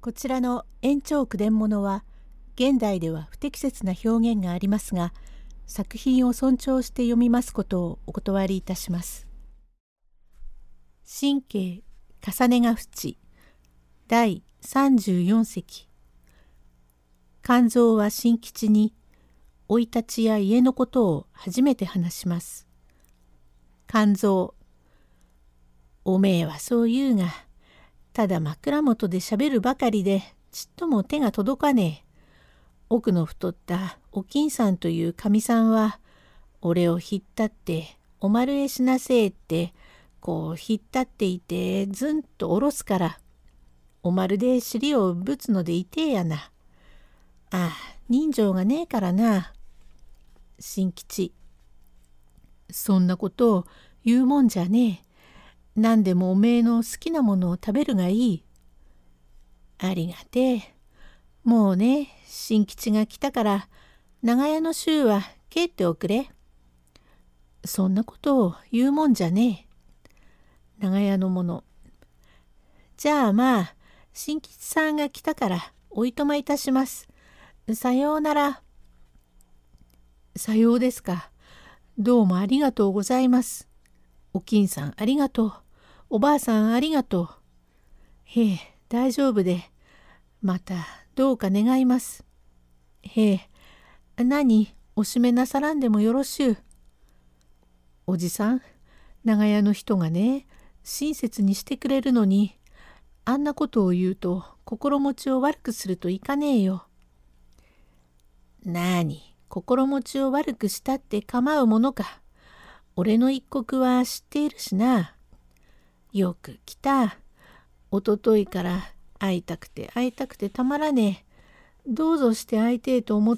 こちらの延長句伝物は現代では不適切な表現がありますが、作品を尊重して読みますことをお断りいたします。神経重ねが淵第34席。勘蔵は新吉に生い立ちや家のことを初めて話します。勘蔵、おめえはそう言うが、ただ枕元でしゃべるばかりでちっとも手が届かねえ。奥の太ったお金さんというかみさんは、俺をひったってお丸へしなせえってこうひったっていてずんと下ろすから、お丸で尻をぶつのでいてえやな。ああ、人情がねえからな。新吉、そんなことを言うもんじゃねえ。何でもおめえの好きなものを食べるがいい。ありがてえ。もうね、新吉が来たから長屋の衆は帰っておくれ。そんなことを言うもんじゃねえ。長屋の者、じゃあまあ新吉さんが来たからおいとまいたします。さようなら。さようですか。どうもありがとうございます。お金さんありがとう。おばあさんありがとう。へえ、大丈夫で。またどうか願います。へえ、何おしめなさらんでもよろしゅう。おじさん、長屋の人がね、親切にしてくれるのに、あんなことを言うと心持ちを悪くするといかねえよ。なに、心持ちを悪くしたって構うものか。俺の一刻は知っているしな。よく来た。おとといから会いたくて会いたくてたまらねえ。どうぞして会いてえと思って、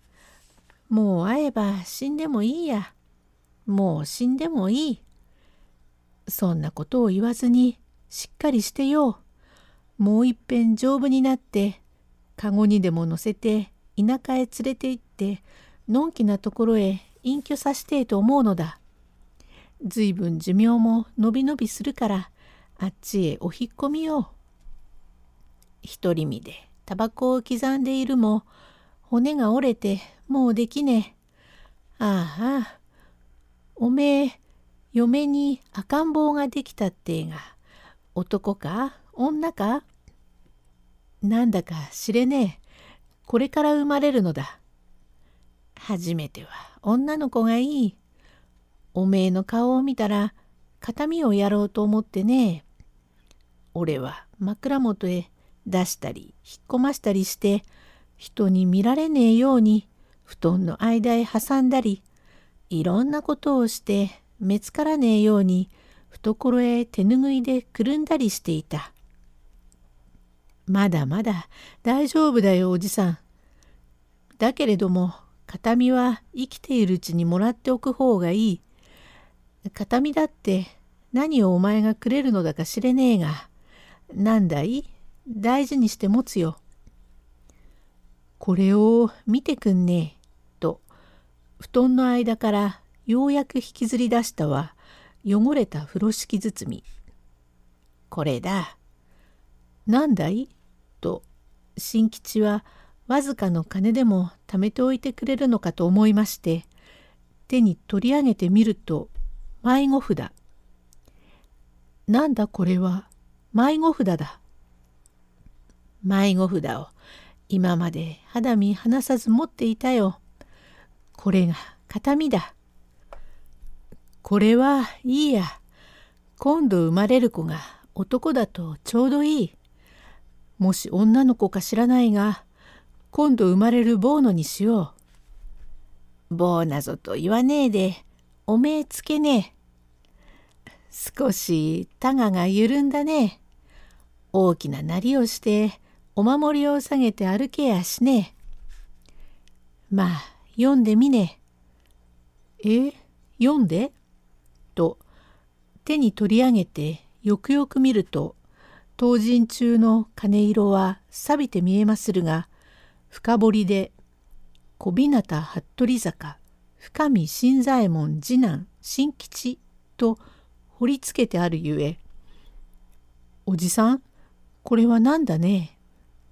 もう会えば死んでもいいや。もう死んでもいい。そんなことを言わずにしっかりしてよ。もういっぺん丈夫になって、かごにでも乗せて田舎へ連れて行って、のんきなところへ隠居させてえと思うのだ。ずいぶん寿命ものびのびするから、あっちへお引っ込みよう。独り身でタバコを刻んでいるも、骨が折れてもうできねえ。ああ、おめえ、嫁に赤ん坊ができたってえが、男か女か。なんだか知れねえ。これから生まれるのだ。初めては女の子がいい。おめえの顔を見たら形見をやろうと思ってね。俺は枕元へ出したり引っ込ましたりして、人に見られねえように布団の間へ挟んだり、いろんなことをして目つからねえように懐へ手ぬぐいでくるんだりしていた。まだまだ大丈夫だよおじさん。だけれども形見は生きているうちにもらっておく方がいい。形見だって何をお前がくれるのだか知れねえが、なんだい、大事にして持つよ。これを見てくんねえ。と布団の間からようやく引きずり出したは汚れた風呂敷包み。これだ。なんだいと新吉はわずかの金でも貯めておいてくれるのかと思いまして、手に取り上げてみると迷子札。なんだこれは、迷子札だ。迷子札を今まで肌身離さず持っていたよ。これが形見だ。これはいいや。今度生まれる子が男だとちょうどいい。もし女の子か知らないが、今度生まれる坊のにしよう。坊なぞと言わねえで、おめえつけねえ。少しタガが緩んだね。大きななりをしてお守りを下げて歩けやしねえ。まあ読んでみねえ。読んでと手に取り上げてよくよく見ると、当人中の金色は錆びて見えまするが、深彫りで小日向服部坂深見新左衛門次男新吉と彫りつけてあるゆえ、おじさん、これはなんだね。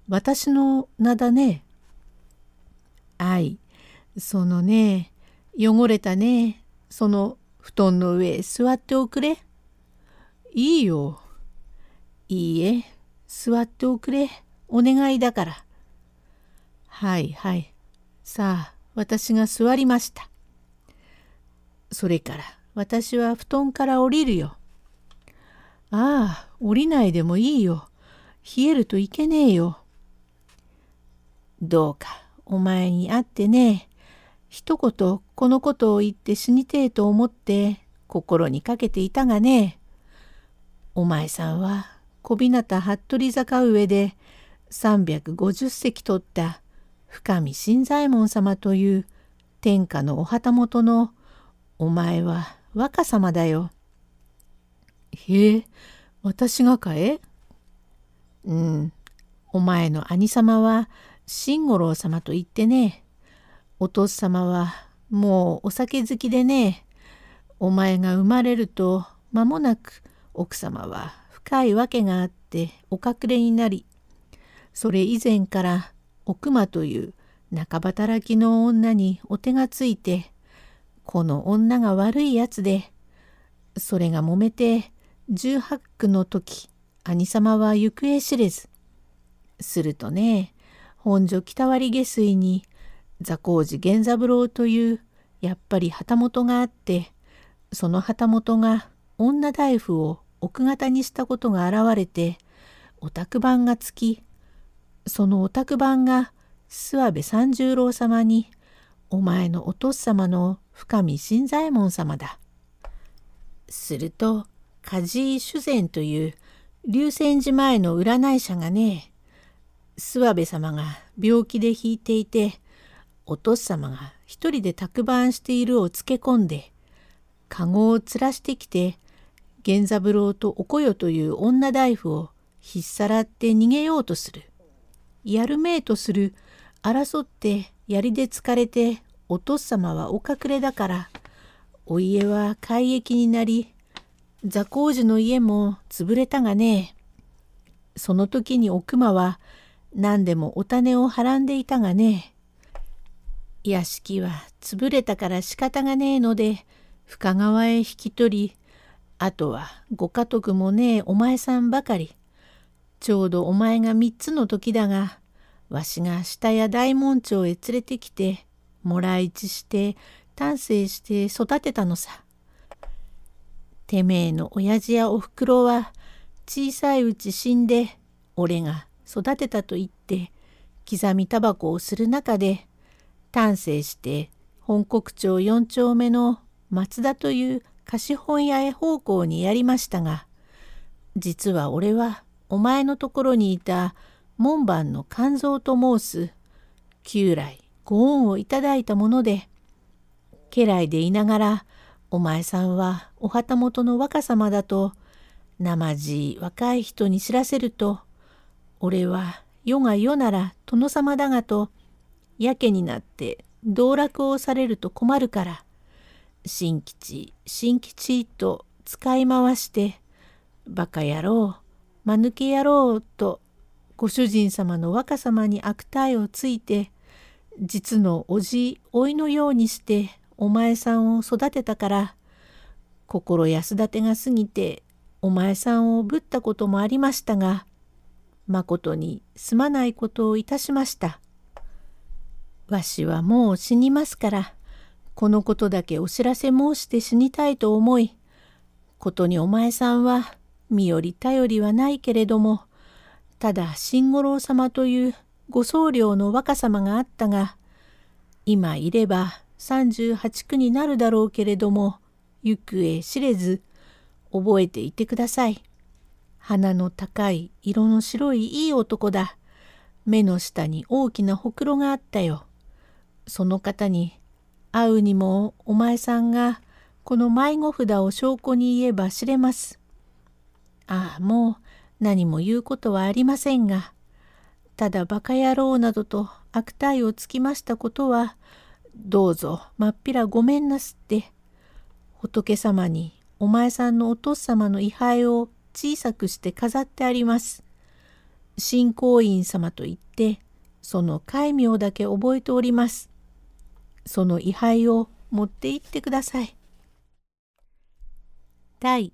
私の名だね。あい、そのね、汚れたね、その布団の上へ座っておくれ。いいよ。いいえ、座っておくれ。お願いだから。はいはい。さあ、私が座りました。それから私は布団から降りるよ。ああ、降りないでもいいよ。冷えるといけねえよ。どうかお前に会ってね、一言このことを言って死にてえと思って心にかけていたがね、お前さんは小日向服部坂上で350席取った深見新左衛門様という天下のお旗本のお前は若様だよ。へえ、私がかえ？うん、お前の兄様は新五郎様と言ってね、お父様はもうお酒好きでね、お前が生まれると間もなく奥様は深いわけがあってお隠れになり、それ以前から奥間という中働きの女にお手がついて、この女が悪いやつで、それが揉めて18区の時、兄様は行方知れず。するとね、本所北割下水に座高寺源三郎というやっぱり旗本があって、その旗本が女大夫を奥方にしたことが現れて、お宅番がつき、そのお宅番が諏訪部三十郎様に、お前のお父様の深見新左衛門様だ。すると梶井主膳という龍泉寺前の占い者がね、諏訪部様が病気で引いていて、お父様が一人で宅番しているをつけ込んで、籠をつらしてきて、源三郎とおこよという女大夫を引っさらって逃げようとする。やるめえとする。争って槍で疲れて、お父様はお隠れだから、お家は改易になり、座高寺の家も潰れたがね、その時にお熊は何でもお種をはらんでいたがね、屋敷は潰れたから仕方がねえので深川へ引き取り、あとはご家督もねえお前さんばかり。ちょうどお前が3つの時だが、わしが下や大門町へ連れてきてもらいちして丹精して育てたのさ。てめえの親父やおふくろは小さいうち死んで、俺が育てたと言って刻みタバコをする中で、丹精して本国町4丁目の松田という貸本屋へ奉公にやりましたが、実は俺はお前のところにいた門番の勘蔵と申す旧来ご恩をいただいたもので、家来でいながらお前さんはお旗本の若様だとなまじい若い人に知らせると、俺は世が世なら殿様だがとやけになって道楽をされると困るから、新吉新吉と使い回して、バカ野郎間抜け野郎とご主人様の若様に悪態をついて、実のおじおいのようにしてお前さんを育てたから、心安立てが過ぎてお前さんをぶったこともありましたが、まことにすまないことをいたしました。わしはもう死にますから、このことだけお知らせ申して死にたいと思い、ことにお前さんは身寄り頼りはないけれども、ただ新五郎様というご僧侶の若様があったが、今いれば38区になるだろうけれども、行方知れず、覚えていてください。鼻の高い色の白いいい男だ。目の下に大きなほくろがあったよ。その方に会うにもお前さんがこの迷子札を証拠に言えば知れます。ああ、もう何も言うことはありませんが、ただバカ野郎などと悪態をつきましたことは、どうぞまっぴらごめんなすって、仏様にお前さんのお父様の位牌を小さくして飾ってあります。 信仰院様といって、その戒名だけ覚えております。その位牌を持って行ってください。第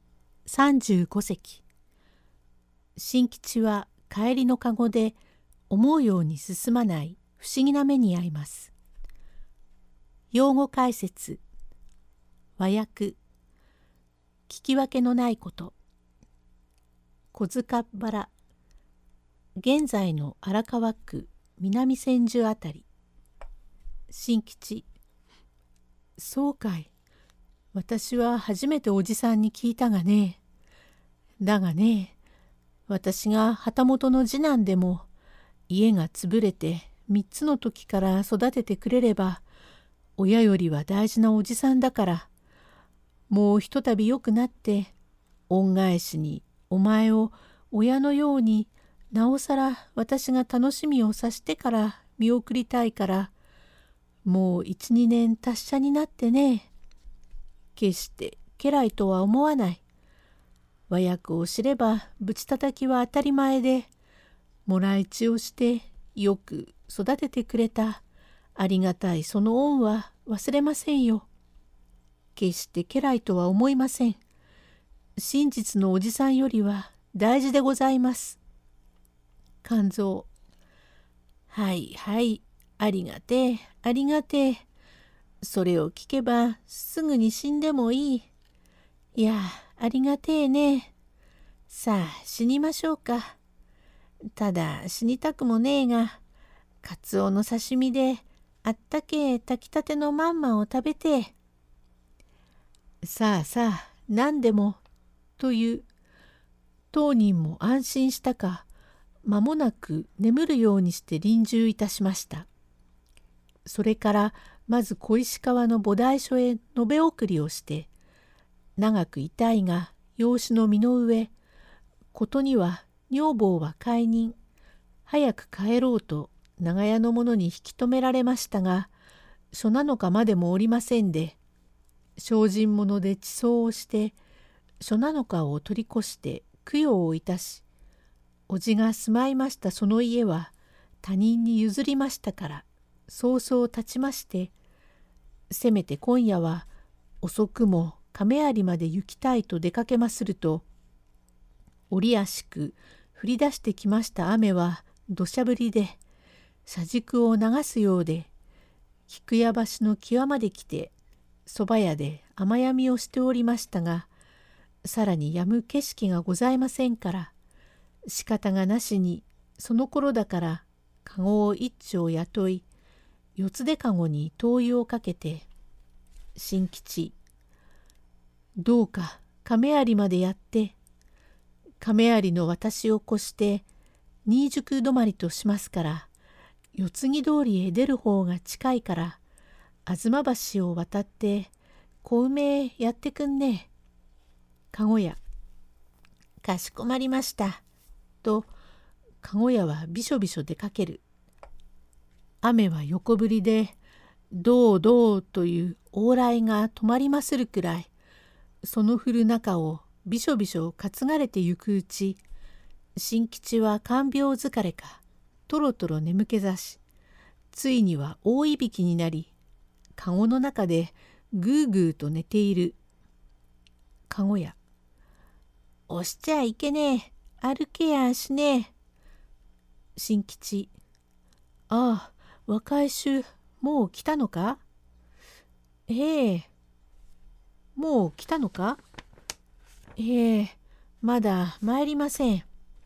35席。新吉は帰りのかごで思うように進まない不思議な目に遭います。用語解説、和訳、聞き分けのないこと、小塚っ原、現在の荒川区南千住あたり。新吉、そうかい。私は初めておじさんに聞いたがね。だがね、私が旗本の次男でも、家が潰れて3つの時から育ててくれれば、親よりは大事なおじさんだから、もうひとたび良くなって、恩返しにお前を親のようになおさら私が楽しみをさしてから見送りたいから、もう1、2年達者になってね。決して家来とは思わない。和訳を知ればぶちたたきは当たり前で、もらい血をしてよく育ててくれたありがたいその恩は忘れませんよ。決して家来とは思いません。真実のおじさんよりは大事でございます。勘蔵、はいはい、ありがてえ、ありがてえ。それを聞けばすぐに死んでもいい。いや、ありがてえね。さあ死にましょうか。ただ死にたくもねえが、カツオの刺身であったけえ炊きたてのまんまを食べて。さあさあ、何でも、という。当人も安心したか、間もなく眠るようにして臨終いたしました。それからまず小石川の菩提所へ延べ送りをして、長く痛いが養子の身の上、ことには女房は解任、早く帰ろうと長屋の者に引き止められましたが、初七日までもおりませんで、精進者で地葬をして、初七日を取り越して供養をいたし、おじが住まいましたその家は他人に譲りましたから、早々立ちまして、せめて今夜は遅くも亀有まで行きたいと出かけますると、折やしく降り出してきました雨は土砂降りで、車軸を流すようで、菊屋橋の際まで来て、そば屋で雨やみをしておりましたが、さらに止む景色がございませんから、仕方がなしにその頃だから籠を一丁雇い、四つでかごに灯油をかけて、新吉、どうか亀有までやって、亀有の私を越して新宿止まりとしますから、四つ木通りへ出る方が近いから、吾妻橋を渡って小梅へやってくんねえ。かごや、かしこまりました。と、かごやはびしょびしょ出かける。雨は横降りで、どうどうという往来が止まりまするくらい、その降る中をびしょびしょ担がれてゆくうち、新吉は看病疲れか、とろとろ眠気ざし、ついには大いびきになり、かごの中でぐーぐーと寝ている。かごや、押しちゃいけねえ、歩けやしねえ。新吉、ああ、若い衆、もう来たのか。ええ、もう来たのか。ええ、まだ参りません。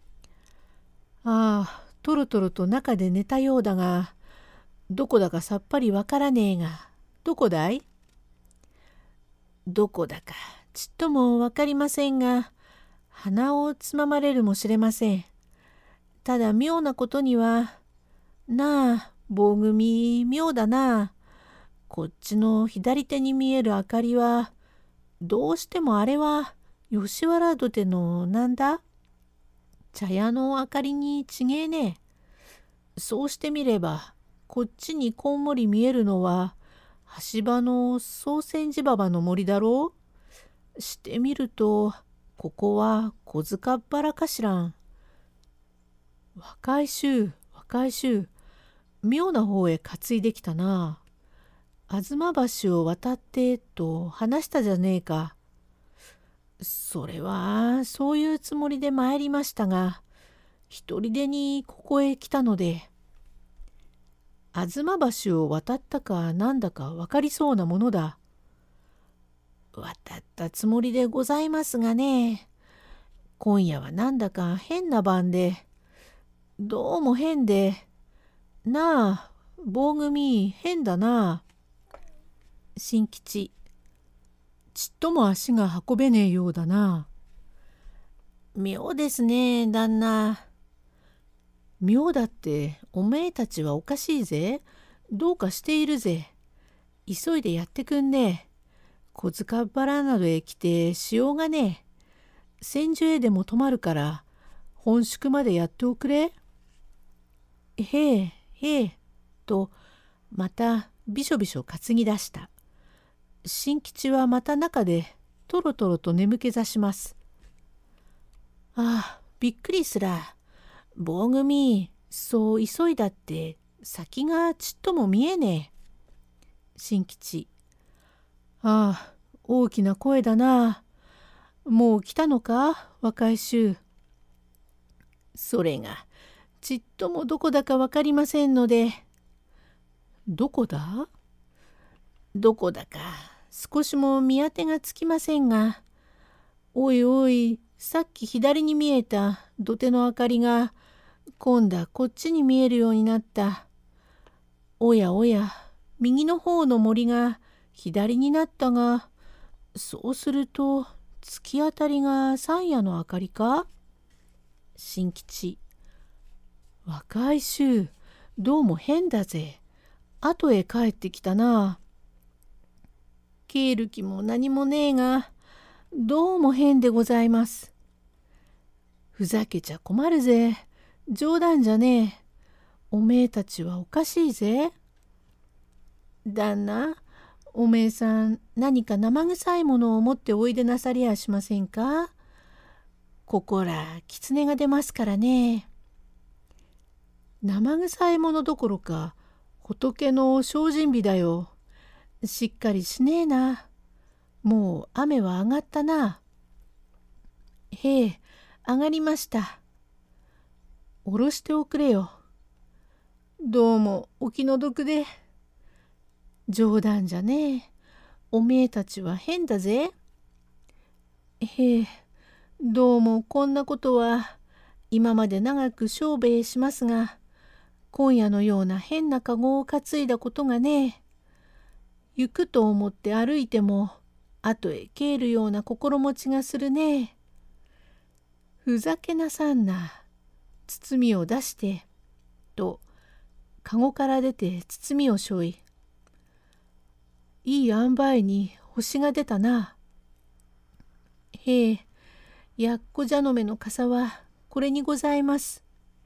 ああ、とろとろと中で寝たようだが、どこだかさっぱりわからねえが、どこだい。どこだかちっともわかりませんが、鼻をつままれるもしれません。ただ妙なことには、なあ、棒組妙だな。こっちの左手に見える明かりは、どうしてもあれは吉原土手のなんだ茶屋の明かりにちげえねえ。そうしてみれば、こっちにこんもり見えるのは、橋場の宗泉寺馬場の森だろう。してみると、ここは小塚っ原かしらん。 若い衆、若い衆、妙な方へ担いできたな。吾妻橋を渡ってと話したじゃねえか。それはそういうつもりで参りましたが、一人でにここへ来たので。吾妻橋を渡ったかなんだか分かりそうなものだ。渡ったつもりでございますがね、今夜はなんだか変な晩で、どうも変で、なあ、棒組変だな。新吉、ちっとも足が運べねえようだな。妙ですね、旦那。妙だっておめえたちはおかしいぜ。どうかしているぜ。急いでやってくんねえ。小塚原などへ来てしようがねえ。千住へでも泊まるから本宿までやっておくれ。へえへえとまたびしょびしょ担ぎ出した。新吉はまた中でとろとろと眠気ざします。ああ、びっくりすら。棒組、そう急いだって先がちっとも見えねえ。新吉、ああ、大きな声だな。もう来たのか、若い衆。それがちっともどこだか分かりませんので。どこだ？どこだか少しも見当てがつきませんが、おいおい、さっき左に見えた土手の明かりが今度はこっちに見えるようになった。おやおや、右の方の森が左になったが、そうすると月当たりが山野の明かりか？新吉、若い衆、どうも変だぜ。後へ帰ってきたな。帰る気も何もねえが、どうも変でございます。ふざけちゃ困るぜ。冗談じゃねえ。おめえたちはおかしいぜ。旦那、おめえさん何か生臭いものを持っておいでなさりやしませんか？ここら狐が出ますからね。生臭いものどころか仏の精進日だよ。しっかりしねえな。もう雨は上がったな。へえ、上がりました。下ろしておくれよ。どうもお気の毒で。冗談じゃねえ。おめえたちは変だぜ。へえ、どうもこんなことは今まで長く商売しますが、今夜のような変なかごを担いだことがねえ。行くと思って歩いても後へ帰るような心持ちがするね。ふざけなさんな。包みを出して、と、かごから出て包みをしょい。いい塩梅に星が出たな。へえ、やっこじゃのめの傘はこれにございます。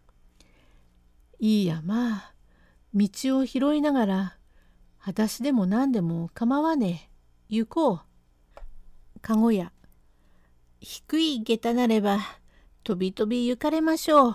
いいやまあ、道を拾いながら、裸足でも何でも構わねえ。行こう。かごや。低い下駄なれば、とびとび行かれましょう。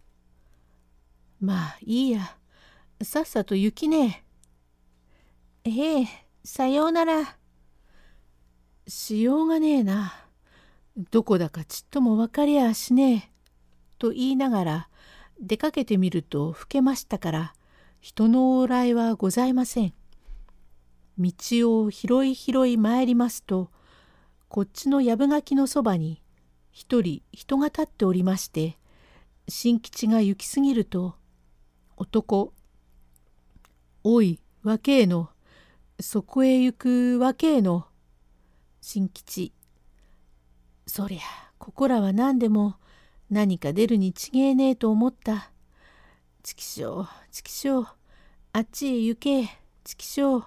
まあいいや。さっさと行きねえ。へえ、さようなら。しようがねえな。どこだかちっとも分かりやしねえ。と言いながら出かけてみると更けましたから人の往来はございません。道を拾い拾い参りますとこっちの藪垣のそばに一人人が立っておりまして、新吉が行き過ぎると男、おい若えの、そこへ行く若えの。新吉、そりゃここらは何でも何か出るに違えねえと思った。ちきしょうちきしょう、あっちへ行けちきしょう。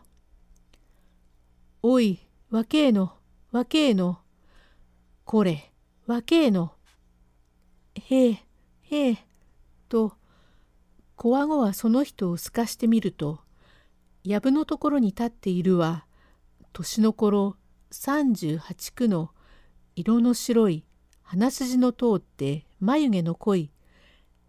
おい若えの若えの、これ若えの。へえへえとこわごはその人をすかしてみると、藪のところに立っているは年の頃38区の色の白い鼻筋の通って眉毛の濃い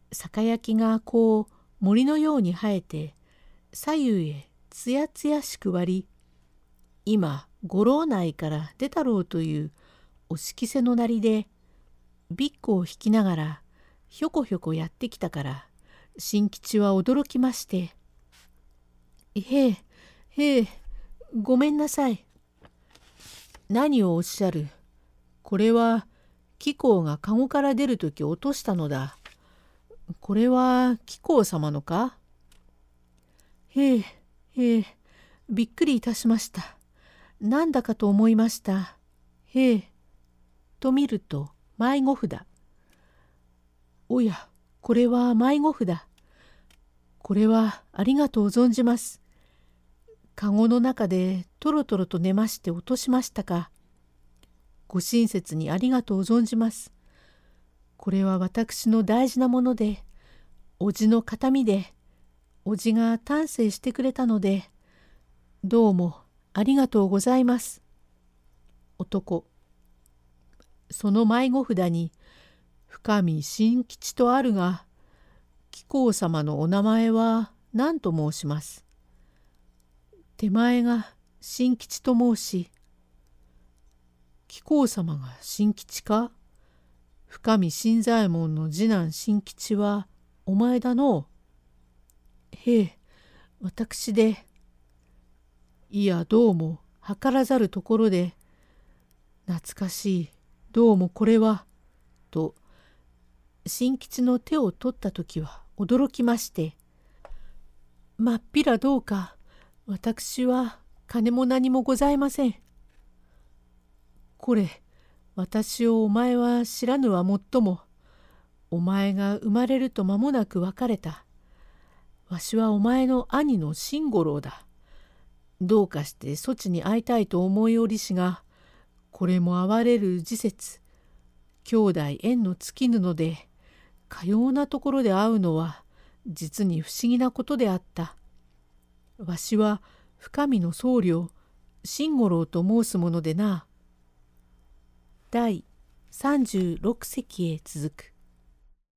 酒焼きがこう森のように生えて左右へつやつやしく割り、今五郎内から出たろうというおしきせのなりでびっこを引きながらひょこひょこやってきたから、新吉は驚きまして、へえ、ごめんなさい。何をおっしゃる。これは貴公が籠から出るとき落としたのだ。これは貴公様のか。へえ、びっくりいたしました。なんだかと思いました。へえ。と見ると迷子札。おや、これは迷子札。これはありがとう存じます。かごの中でとろとろと寝まして落としましたか。ご親切にありがとう存じます。これは私の大事なもので、おじの形見で、おじが丹精してくれたので、どうもありがとうございます。男。その迷子札に深見新吉とあるが、貴公様のお名前は何と申します。手前が新吉と申し、貴公様が新吉か。深見新左衛門の次男新吉はお前だのう。へえ、私で。いやどうも計らざるところで、懐かしい、どうもこれは、と新吉の手を取った時は驚きまして、まっぴらどうか、私は金も何もございません。これ、私をお前は知らぬはもっとも、お前が生まれると間もなく別れた。わしはお前の兄の新五郎だ。どうかしてそちに会いたいと思いおりしが、これも哀れる時節、兄弟縁の尽きぬので、かようなところで会うのは実に不思議なことであった。わしは深見の僧侶、新五郎と申すものでな。第36席へ続く。